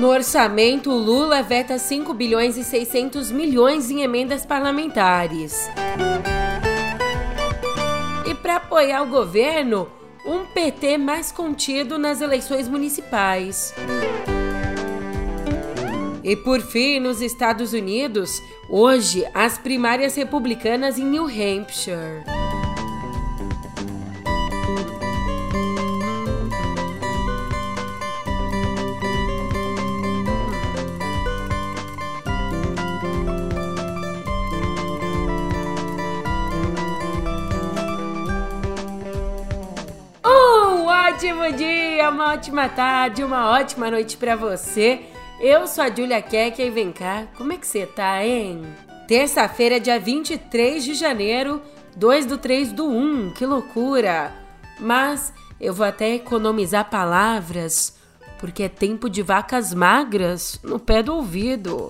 No orçamento, o Lula veta 5 bilhões e 600 milhões em emendas parlamentares. E para apoiar o governo, um PT mais contido nas eleições municipais. E por fim, nos Estados Unidos, hoje, as primárias republicanas em New Hampshire. Ótimo dia, uma ótima tarde, uma ótima noite pra você. Eu sou a Julia Keck e vem cá, como é que você tá, hein? Terça-feira, dia 23 de janeiro, 2/3/1, que loucura! Mas eu vou até economizar palavras, porque é tempo de vacas magras no pé do ouvido.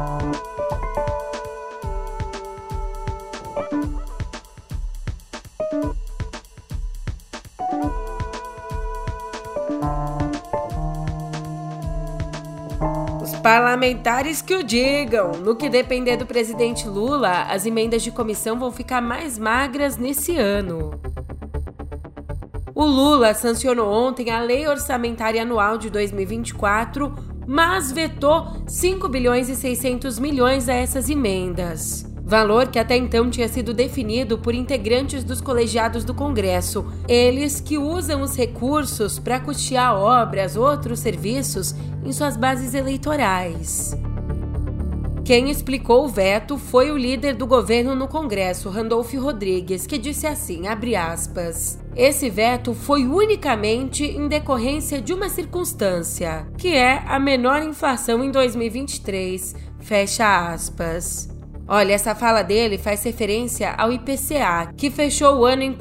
Parlamentares que o digam. No que depender do presidente Lula, as emendas de comissão vão ficar mais magras nesse ano. O Lula sancionou ontem a Lei Orçamentária Anual de 2024, mas vetou 5 bilhões e 600 milhões a essas emendas. Valor que até então tinha sido definido por integrantes dos colegiados do Congresso, eles que usam os recursos para custear obras ou outros serviços em suas bases eleitorais. Quem explicou o veto foi o líder do governo no Congresso, Randolph Rodrigues, que disse assim, abre aspas, esse veto foi unicamente em decorrência de uma circunstância, que é a menor inflação em 2023, fecha aspas. Olha, essa fala dele faz referência ao IPCA, que fechou o ano em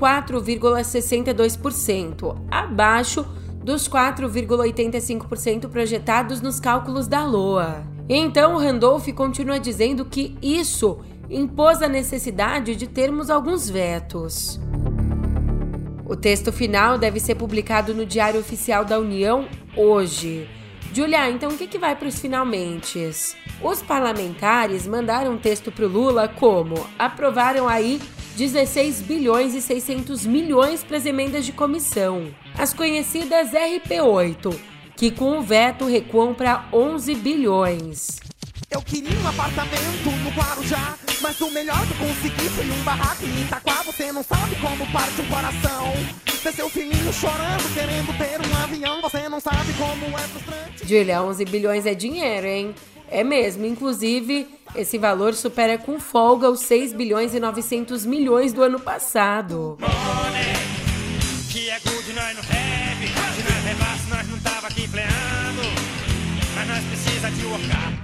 4,62%, abaixo dos 4,85% projetados nos cálculos da LOA. Então, o Randolph continua dizendo que isso impôs a necessidade de termos alguns vetos. O texto final deve ser publicado no Diário Oficial da União hoje. Julia, então o que vai para os finalmentes? Os parlamentares mandaram um texto para o Lula como? Aprovaram aí 16 bilhões e 600 milhões para as emendas de comissão. As conhecidas RP8, que com o veto recuam para 11 bilhões. Eu queria um apartamento no Guarujá, mas o melhor que eu consegui foi um barraco em Itaquá. Você não sabe como parte um coração. Ver seu filhinho chorando, querendo ter um avião. Você não sabe como é frustrante. Julia, 11 bilhões é dinheiro, hein? É mesmo, inclusive, esse valor supera com folga os 6 bilhões e 900 milhões do ano passado. Que é good, nós não rap, se nós rebaixo, nós não tava aqui pleando, mas nós precisa de workar.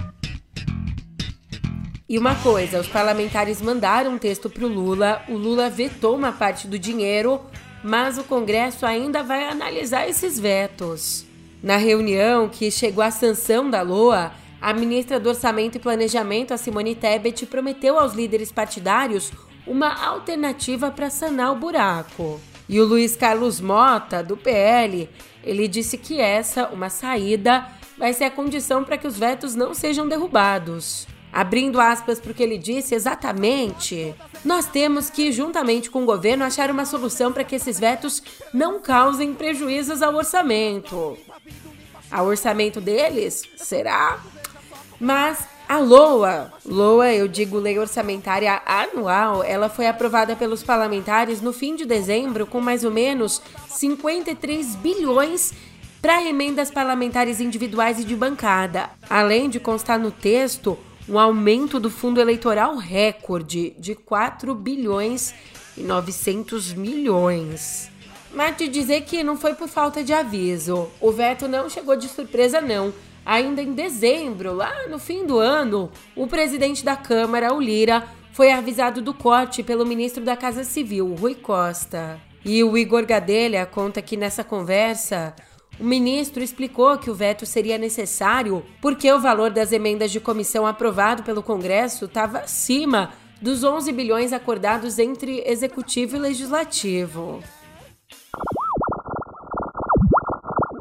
E uma coisa, os parlamentares mandaram um texto pro Lula, o Lula vetou uma parte do dinheiro, mas o Congresso ainda vai analisar esses vetos. Na reunião que chegou à sanção da LOA, a ministra do Orçamento e Planejamento, a Simone Tebet, prometeu aos líderes partidários uma alternativa para sanar o buraco. E o Luiz Carlos Mota, do PL, ele disse que uma saída, vai ser a condição para que os vetos não sejam derrubados. Abrindo aspas para o que ele disse exatamente, nós temos que, juntamente com o governo, achar uma solução para que esses vetos não causem prejuízos ao orçamento. Ao orçamento deles? Será? Mas a LOA, eu digo Lei Orçamentária Anual, ela foi aprovada pelos parlamentares no fim de dezembro com mais ou menos 53 bilhões para emendas parlamentares individuais e de bancada, além de constar no texto um aumento do fundo eleitoral recorde de 4 bilhões e 900 milhões. Mas te dizer que não foi por falta de aviso, o veto não chegou de surpresa não. Ainda em dezembro, lá no fim do ano, o presidente da Câmara, o Lira, foi avisado do corte pelo ministro da Casa Civil, Rui Costa. E o Igor Gadelha conta que nessa conversa, o ministro explicou que o veto seria necessário porque o valor das emendas de comissão aprovado pelo Congresso estava acima dos 11 bilhões acordados entre Executivo e Legislativo. O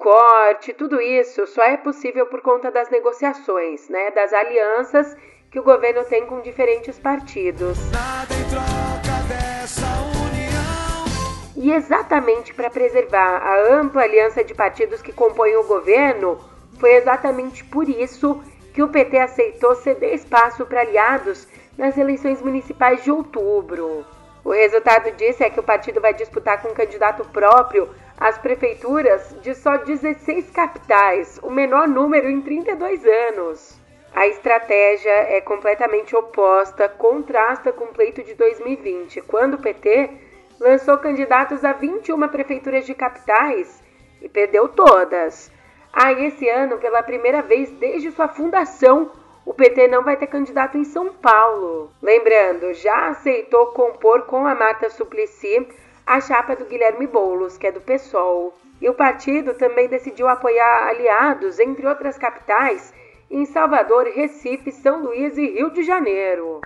forte, tudo isso só é possível por conta das negociações, né, das alianças que o governo tem com diferentes partidos. Nada em troca dessa união. E exatamente para preservar a ampla aliança de partidos que compõem o governo, foi exatamente por isso que o PT aceitou ceder espaço para aliados nas eleições municipais de outubro. O resultado disso é que o partido vai disputar com um candidato próprio as prefeituras de só 16 capitais, o menor número em 32 anos. A estratégia é completamente oposta, contrasta com o pleito de 2020, quando o PT lançou candidatos a 21 prefeituras de capitais e perdeu todas. Esse ano, pela primeira vez desde sua fundação, o PT não vai ter candidato em São Paulo. Lembrando, já aceitou compor com a Marta Suplicy a chapa do Guilherme Boulos, que é do PSOL. E o partido também decidiu apoiar aliados, entre outras capitais, em Salvador, Recife, São Luís e Rio de Janeiro.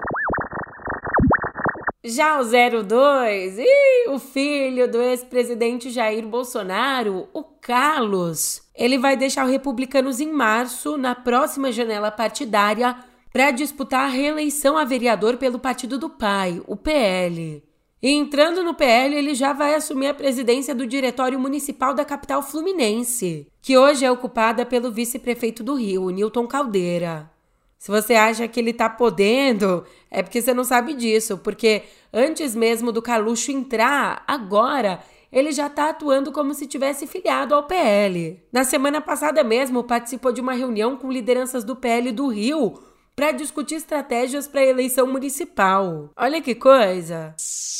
Já o 02, o filho do ex-presidente Jair Bolsonaro, o Carlos, ele vai deixar o Republicanos em março, na próxima janela partidária, para disputar a reeleição a vereador pelo partido do pai, o PL. E entrando no PL, ele já vai assumir a presidência do Diretório Municipal da capital fluminense, que hoje é ocupada pelo vice-prefeito do Rio, Newton Caldeira. Se você acha que ele tá podendo, é porque você não sabe disso, porque antes mesmo do Carluxo entrar, agora ele já tá atuando como se tivesse filiado ao PL. Na semana passada mesmo, participou de uma reunião com lideranças do PL do Rio para discutir estratégias para a eleição municipal. Olha que coisa!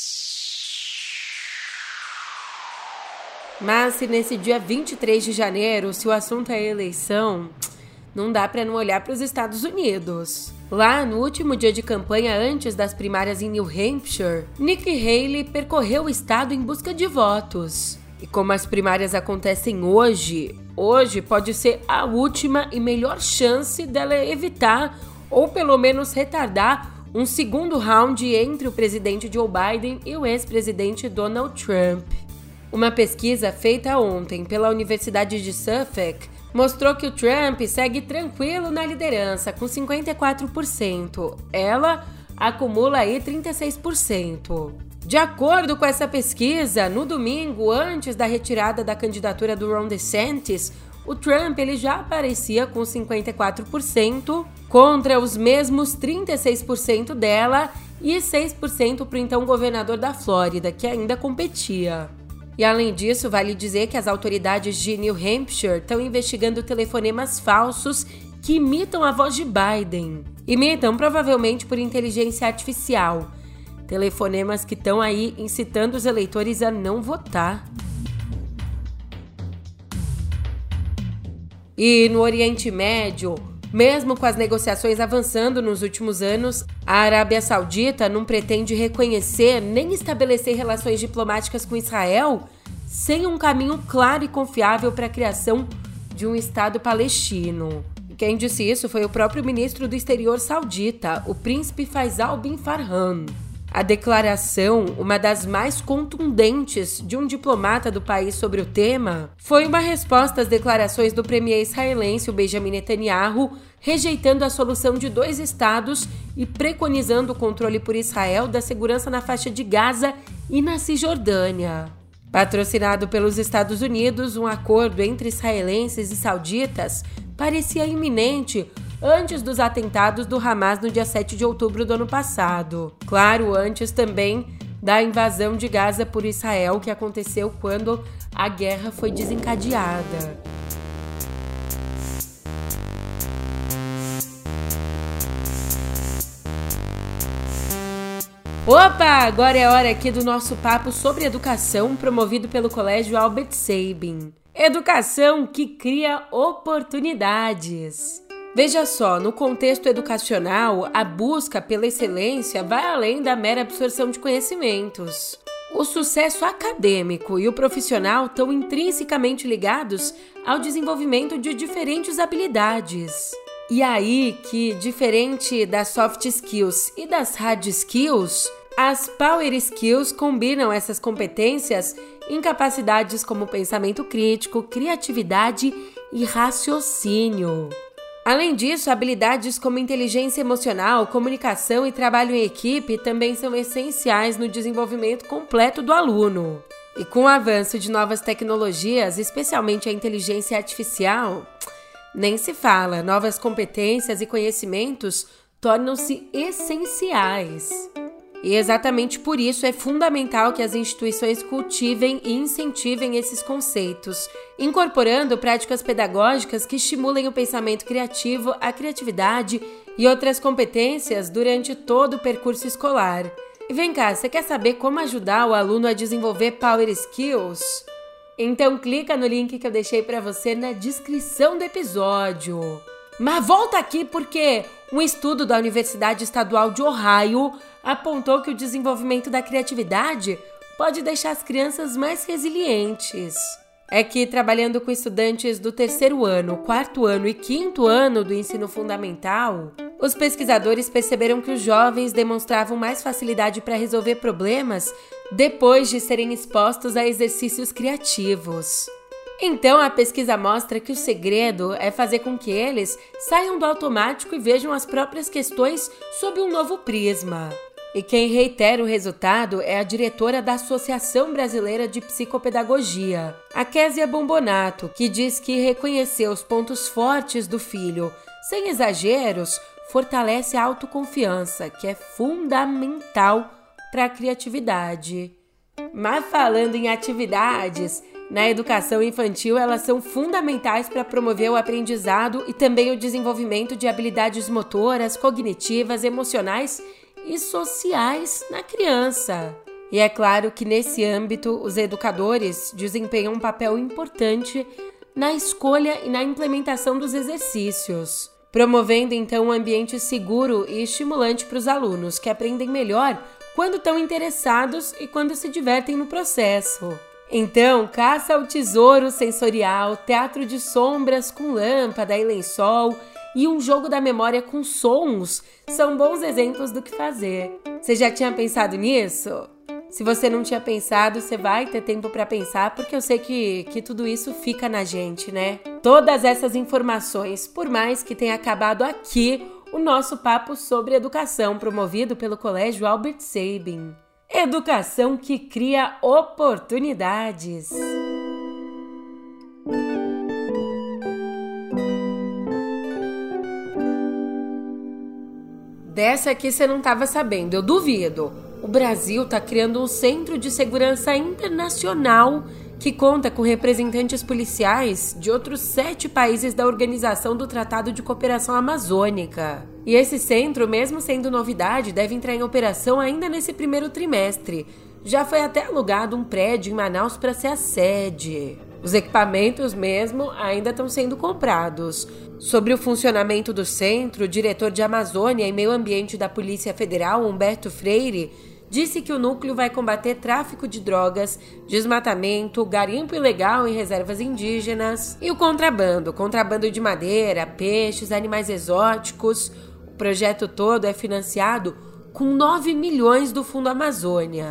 Mas se nesse dia 23 de janeiro, se o assunto é eleição, não dá para não olhar para os Estados Unidos. Lá, no último dia de campanha antes das primárias em New Hampshire, Nikki Haley percorreu o estado em busca de votos. E como as primárias acontecem hoje pode ser a última e melhor chance dela evitar, ou pelo menos retardar, um segundo round entre o presidente Joe Biden e o ex-presidente Donald Trump. Uma pesquisa feita ontem pela Universidade de Suffolk mostrou que o Trump segue tranquilo na liderança, com 54%. Ela acumula aí 36%. De acordo com essa pesquisa, no domingo, antes da retirada da candidatura do Ron DeSantis, o Trump ele já aparecia com 54% contra os mesmos 36% dela e 6% para o então governador da Flórida, que ainda competia. E além disso, vale dizer que as autoridades de New Hampshire estão investigando telefonemas falsos que imitam a voz de Biden. Imitam provavelmente por inteligência artificial. Telefonemas que estão aí incitando os eleitores a não votar. E no Oriente Médio, mesmo com as negociações avançando nos últimos anos, a Arábia Saudita não pretende reconhecer nem estabelecer relações diplomáticas com Israel sem um caminho claro e confiável para a criação de um Estado palestino. E quem disse isso foi o próprio ministro do Exterior saudita, o príncipe Faisal bin Farhan. A declaração, uma das mais contundentes de um diplomata do país sobre o tema, foi uma resposta às declarações do premier israelense, o Benjamin Netanyahu, rejeitando a solução de 2 estados e preconizando o controle por Israel da segurança na faixa de Gaza e na Cisjordânia. Patrocinado pelos Estados Unidos, um acordo entre israelenses e sauditas parecia iminente antes dos atentados do Hamas no dia 7 de outubro do ano passado. Claro, antes também da invasão de Gaza por Israel, que aconteceu quando a guerra foi desencadeada. Opa, agora é hora aqui do nosso papo sobre educação, promovido pelo Colégio Albert Sabin. Educação que cria oportunidades. Veja só, no contexto educacional, a busca pela excelência vai além da mera absorção de conhecimentos. O sucesso acadêmico e o profissional estão intrinsecamente ligados ao desenvolvimento de diferentes habilidades. E aí que, diferente das soft skills e das hard skills, As Power Skills combinam essas competências em capacidades como pensamento crítico, criatividade e raciocínio. Além disso, habilidades como inteligência emocional, comunicação e trabalho em equipe também são essenciais no desenvolvimento completo do aluno. E com o avanço de novas tecnologias, especialmente a inteligência artificial, nem se fala, novas competências e conhecimentos tornam-se essenciais. E exatamente por isso é fundamental que as instituições cultivem e incentivem esses conceitos, incorporando práticas pedagógicas que estimulem o pensamento criativo, a criatividade e outras competências durante todo o percurso escolar. E vem cá, você quer saber como ajudar o aluno a desenvolver Power Skills? Então clica no link que eu deixei para você na descrição do episódio. Mas volta aqui porque um estudo da Universidade Estadual de Ohio apontou que o desenvolvimento da criatividade pode deixar as crianças mais resilientes. É que, trabalhando com estudantes do 3º ano, 4º ano e 5º ano do ensino fundamental, os pesquisadores perceberam que os jovens demonstravam mais facilidade para resolver problemas depois de serem expostos a exercícios criativos. Então, a pesquisa mostra que o segredo é fazer com que eles saiam do automático e vejam as próprias questões sob um novo prisma. E quem reitera o resultado é a diretora da Associação Brasileira de Psicopedagogia, a Késia Bombonato, que diz que reconhecer os pontos fortes do filho, sem exageros, fortalece a autoconfiança, que é fundamental para a criatividade. Mas falando em atividades, na educação infantil, elas são fundamentais para promover o aprendizado e também o desenvolvimento de habilidades motoras, cognitivas, emocionais e sociais na criança. E é claro que nesse âmbito, os educadores desempenham um papel importante na escolha e na implementação dos exercícios, promovendo então um ambiente seguro e estimulante para os alunos, que aprendem melhor quando estão interessados e quando se divertem no processo. Então, caça ao tesouro sensorial, teatro de sombras com lâmpada e lençol e um jogo da memória com sons são bons exemplos do que fazer. Você já tinha pensado nisso? Se você não tinha pensado, você vai ter tempo para pensar, porque eu sei que tudo isso fica na gente, né? Todas essas informações, por mais que tenha acabado aqui o nosso papo sobre educação, promovido pelo Colégio Albert Sabin. Educação que cria oportunidades. Dessa aqui você não estava sabendo, eu duvido. O Brasil está criando um centro de segurança internacional que conta com representantes policiais de outros 7 países da Organização do Tratado de Cooperação Amazônica. E esse centro, mesmo sendo novidade, deve entrar em operação ainda nesse primeiro trimestre. Já foi até alugado um prédio em Manaus para ser a sede. Os equipamentos mesmo ainda estão sendo comprados. Sobre o funcionamento do centro, o diretor de Amazônia e Meio Ambiente da Polícia Federal, Humberto Freire, disse que o núcleo vai combater tráfico de drogas, desmatamento, garimpo ilegal em reservas indígenas e o contrabando de madeira, peixes, animais exóticos. O projeto todo é financiado com 9 milhões do Fundo Amazônia.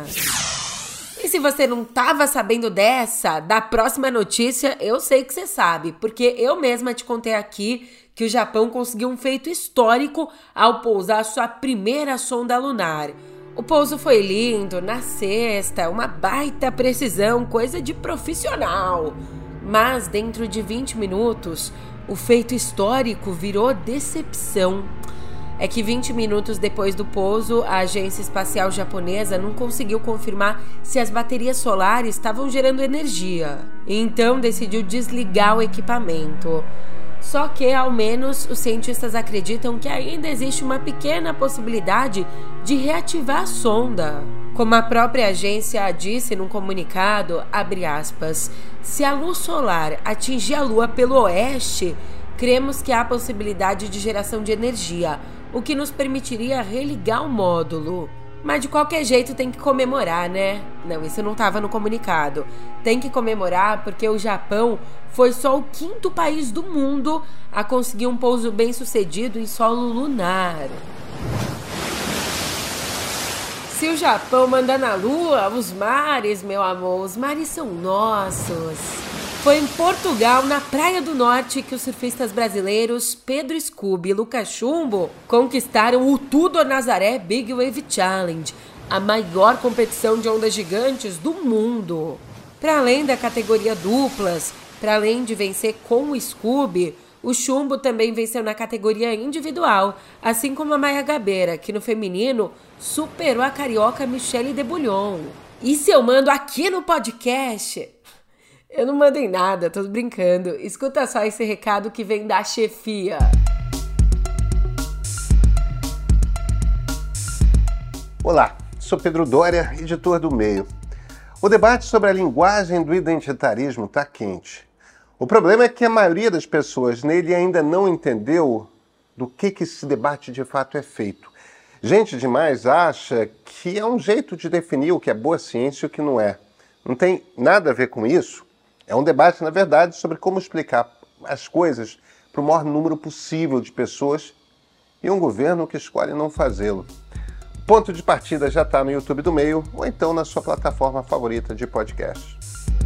E se você não estava sabendo da próxima notícia, eu sei que você sabe, porque eu mesma te contei aqui que o Japão conseguiu um feito histórico ao pousar sua primeira sonda lunar. O pouso foi lindo, na sexta, uma baita precisão, coisa de profissional. Mas dentro de 20 minutos, o feito histórico virou decepção. É que 20 minutos depois do pouso, a agência espacial japonesa não conseguiu confirmar se as baterias solares estavam gerando energia. Então decidiu desligar o equipamento. Só que, ao menos, os cientistas acreditam que ainda existe uma pequena possibilidade de reativar a sonda. Como a própria agência disse num comunicado, abre aspas, se a luz solar atingir a Lua pelo oeste, cremos que há possibilidade de geração de energia, o que nos permitiria religar o módulo. Mas de qualquer jeito tem que comemorar, né? Não, isso não estava no comunicado. Tem que comemorar porque o Japão foi só o 5º país do mundo a conseguir um pouso bem-sucedido em solo lunar. Se se o Japão manda na lua, os mares, meu amor, os mares são nossos. Foi em Portugal, na Praia do Norte, que os surfistas brasileiros Pedro Scooby e Lucas Chumbo conquistaram o Tudo Nazaré Big Wave Challenge, a maior competição de ondas gigantes do mundo. Para além da categoria duplas, para além de vencer com o Scooby, o Chumbo também venceu na categoria individual, assim como a Maia Gabeira, que no feminino superou a carioca Michele Debulhon. E se eu mando aqui no podcast? Eu não mando em nada, tô brincando. Escuta só esse recado que vem da chefia. Olá, sou Pedro Dória, editor do Meio. O debate sobre a linguagem do identitarismo está quente. O problema é que a maioria das pessoas nele ainda não entendeu do que esse debate de fato é feito. Gente demais acha que é um jeito de definir o que é boa ciência e o que não é. Não tem nada a ver com isso. É um debate, na verdade, sobre como explicar as coisas para o maior número possível de pessoas e um governo que escolhe não fazê-lo. Ponto de partida já está no YouTube do Meio ou então na sua plataforma favorita de podcast.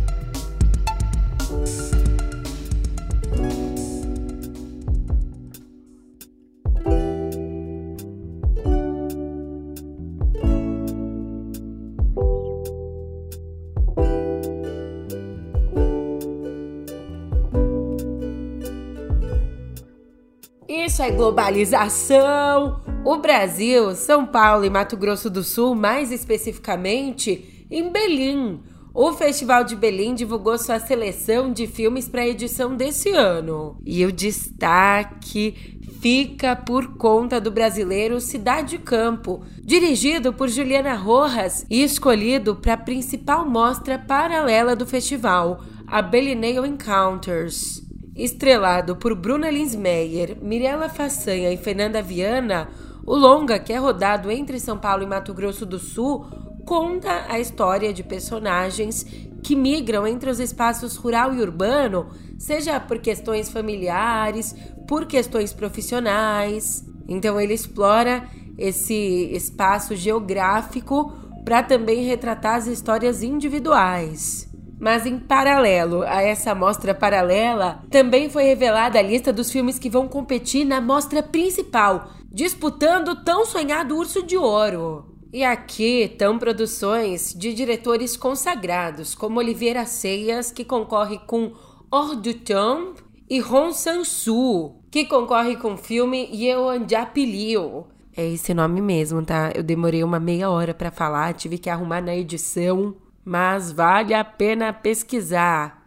Isso é globalização! O Brasil, São Paulo e Mato Grosso do Sul, mais especificamente em Belém. O Festival de Belém divulgou sua seleção de filmes para a edição desse ano. E o destaque fica por conta do brasileiro Cidade Campo, dirigido por Juliana Rojas e escolhido para a principal mostra paralela do festival, a Berlinale Encounters. Estrelado por Bruna Linsmeyer, Mirella Façanha e Fernanda Viana, o longa, que é rodado entre São Paulo e Mato Grosso do Sul, conta a história de personagens que migram entre os espaços rural e urbano, seja por questões familiares, por questões profissionais. Então ele explora esse espaço geográfico para também retratar as histórias individuais. Mas em paralelo a essa mostra paralela, também foi revelada a lista dos filmes que vão competir na mostra principal, disputando o tão sonhado Urso de Ouro. E aqui estão produções de diretores consagrados, como Olivier Assayas, que concorre com Hors du Temps, e Hong Sang-soo, que concorre com o filme Yeonjapilio. É esse nome mesmo, tá? Eu demorei uma meia hora pra falar, tive que arrumar na edição. Mas vale a pena pesquisar.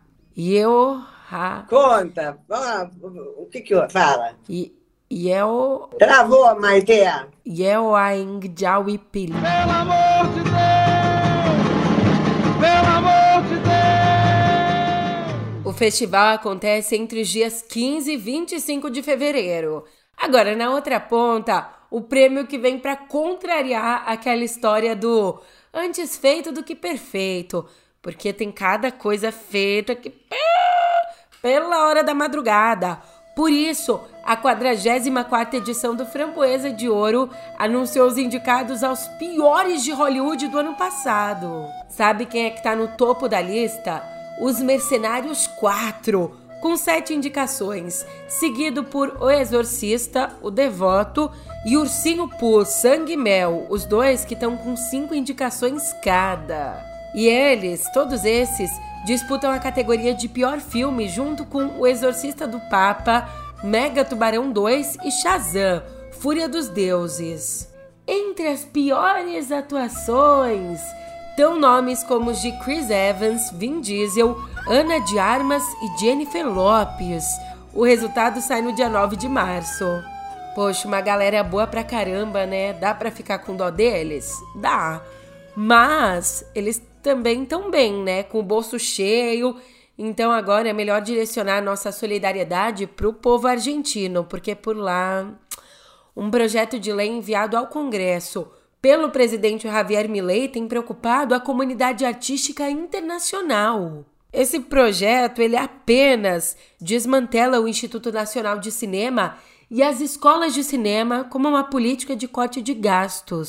Conta. O que fala? Travou, Maite. Yeonjapilio. Pelo amor de Deus! Pelo amor de Deus! O festival acontece entre os dias 15 e 25 de fevereiro. Agora, na outra ponta, o prêmio que vem para contrariar aquela história do antes feito do que perfeito, porque tem cada coisa feita que pela hora da madrugada. Por isso, a 44ª edição do Framboesa de Ouro anunciou os indicados aos piores de Hollywood do ano passado. Sabe quem é que tá no topo da lista? Os Mercenários 4, com 7 indicações, seguido por O Exorcista, O Devoto e Ursinho Pooh, Sangue e Mel, os dois que estão com 5 indicações cada. E eles, todos esses, disputam a categoria de pior filme junto com O Exorcista do Papa, Mega Tubarão 2 e Shazam, Fúria dos Deuses. Entre as piores atuações estão nomes como os de Chris Evans, Vin Diesel, Ana de Armas e Jennifer Lopez. O resultado sai no dia 9 de março. Poxa, uma galera boa pra caramba, né? Dá pra ficar com dó deles? Dá. Mas eles também estão bem, né? Com o bolso cheio. Então agora é melhor direcionar nossa solidariedade pro povo argentino, porque por lá um projeto de lei enviado ao Congresso pelo presidente Javier Milei tem preocupado a comunidade artística internacional. Esse projeto, ele apenas desmantela o Instituto Nacional de Cinema e as escolas de cinema como uma política de corte de gastos.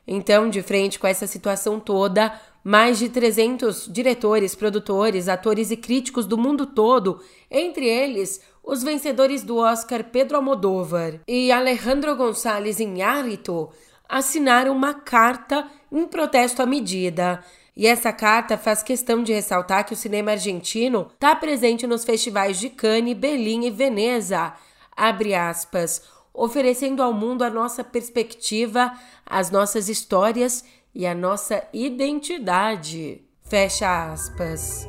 Então, de frente com essa situação toda, mais de 300 diretores, produtores, atores e críticos do mundo todo, entre eles os vencedores do Oscar Pedro Almodóvar e Alejandro González Iñárritu, assinaram uma carta em protesto à medida. E essa carta faz questão de ressaltar que o cinema argentino está presente nos festivais de Cannes, Berlim e Veneza, abre aspas, oferecendo ao mundo a nossa perspectiva, as nossas histórias e a nossa identidade, fecha aspas.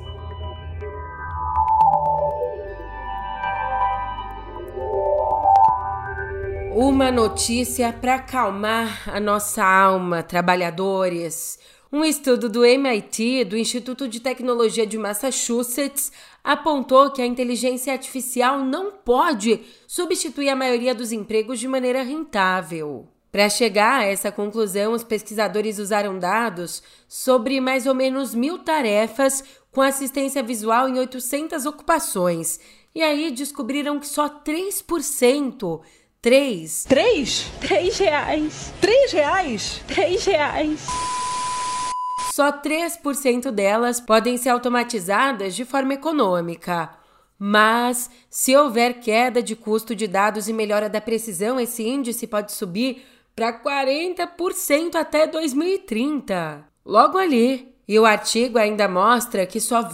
Uma notícia para acalmar a nossa alma, trabalhadores. Um estudo do MIT, do Instituto de Tecnologia de Massachusetts, apontou que a inteligência artificial não pode substituir a maioria dos empregos de maneira rentável. Para chegar a essa conclusão, os pesquisadores usaram dados sobre mais ou menos 1.000 tarefas com assistência visual em 800 ocupações. E aí descobriram que só 3%... R$3? R$3? Só 3% delas podem ser automatizadas de forma econômica. Mas, se houver queda de custo de dados e melhora da precisão, esse índice pode subir para 40% até 2030. Logo ali. E o artigo ainda mostra que só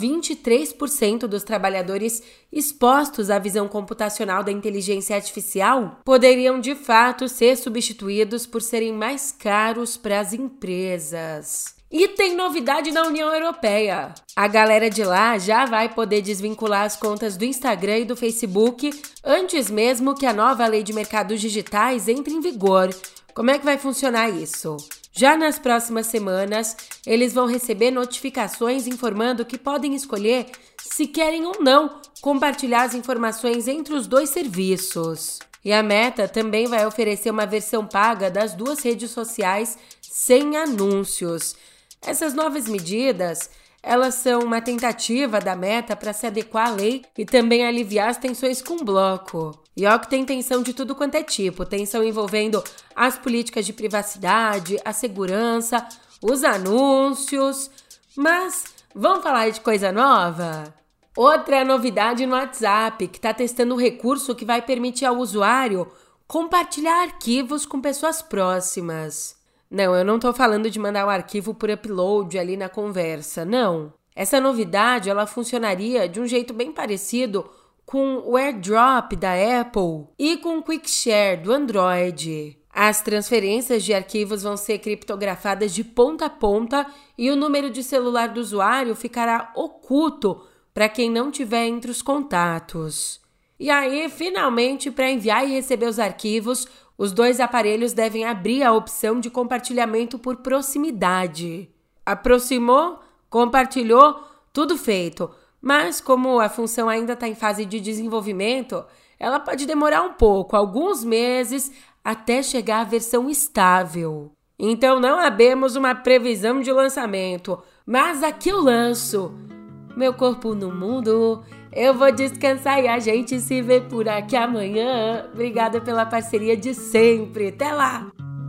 23% dos trabalhadores expostos à visão computacional da inteligência artificial poderiam de fato ser substituídos por serem mais caros para as empresas. E tem novidade na União Europeia. A galera de lá já vai poder desvincular as contas do Instagram e do Facebook antes mesmo que a nova lei de mercados digitais entre em vigor. Como é que vai funcionar isso? Já nas próximas semanas, eles vão receber notificações informando que podem escolher se querem ou não compartilhar as informações entre os dois serviços. E a Meta também vai oferecer uma versão paga das duas redes sociais sem anúncios. Essas novas medidas, elas são uma tentativa da Meta para se adequar à lei e também aliviar as tensões com o bloco. E ó que tem tensão de tudo quanto é tipo, tensão envolvendo as políticas de privacidade, a segurança, os anúncios. Mas vamos falar de coisa nova? Outra novidade no WhatsApp, que está testando um recurso que vai permitir ao usuário compartilhar arquivos com pessoas próximas. Não, eu não estou falando de mandar o arquivo por upload ali na conversa, não. Essa novidade, ela funcionaria de um jeito bem parecido com o AirDrop da Apple e com o QuickShare do Android. As transferências de arquivos vão ser criptografadas de ponta a ponta e o número de celular do usuário ficará oculto para quem não tiver entre os contatos. E aí, finalmente, para enviar e receber os arquivos, os dois aparelhos devem abrir a opção de compartilhamento por proximidade. Aproximou, compartilhou, tudo feito. Mas como a função ainda está em fase de desenvolvimento, ela pode demorar um pouco, alguns meses, até chegar à versão estável. Então não abemos uma previsão de lançamento, mas aqui eu lanço. Meu corpo no mundo, eu vou descansar e a gente se vê por aqui amanhã. Obrigada pela parceria de sempre. Até lá!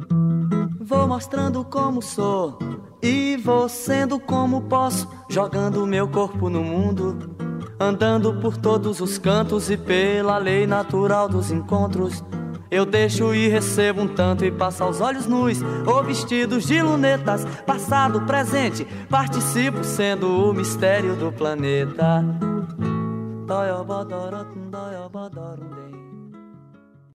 Vou mostrando como sou e vou sendo como posso, jogando meu corpo no mundo, andando por todos os cantos e pela lei natural dos encontros. Eu deixo e recebo um tanto e passo aos olhos nus ou vestidos de lunetas, passado, presente, participo sendo o mistério do planeta.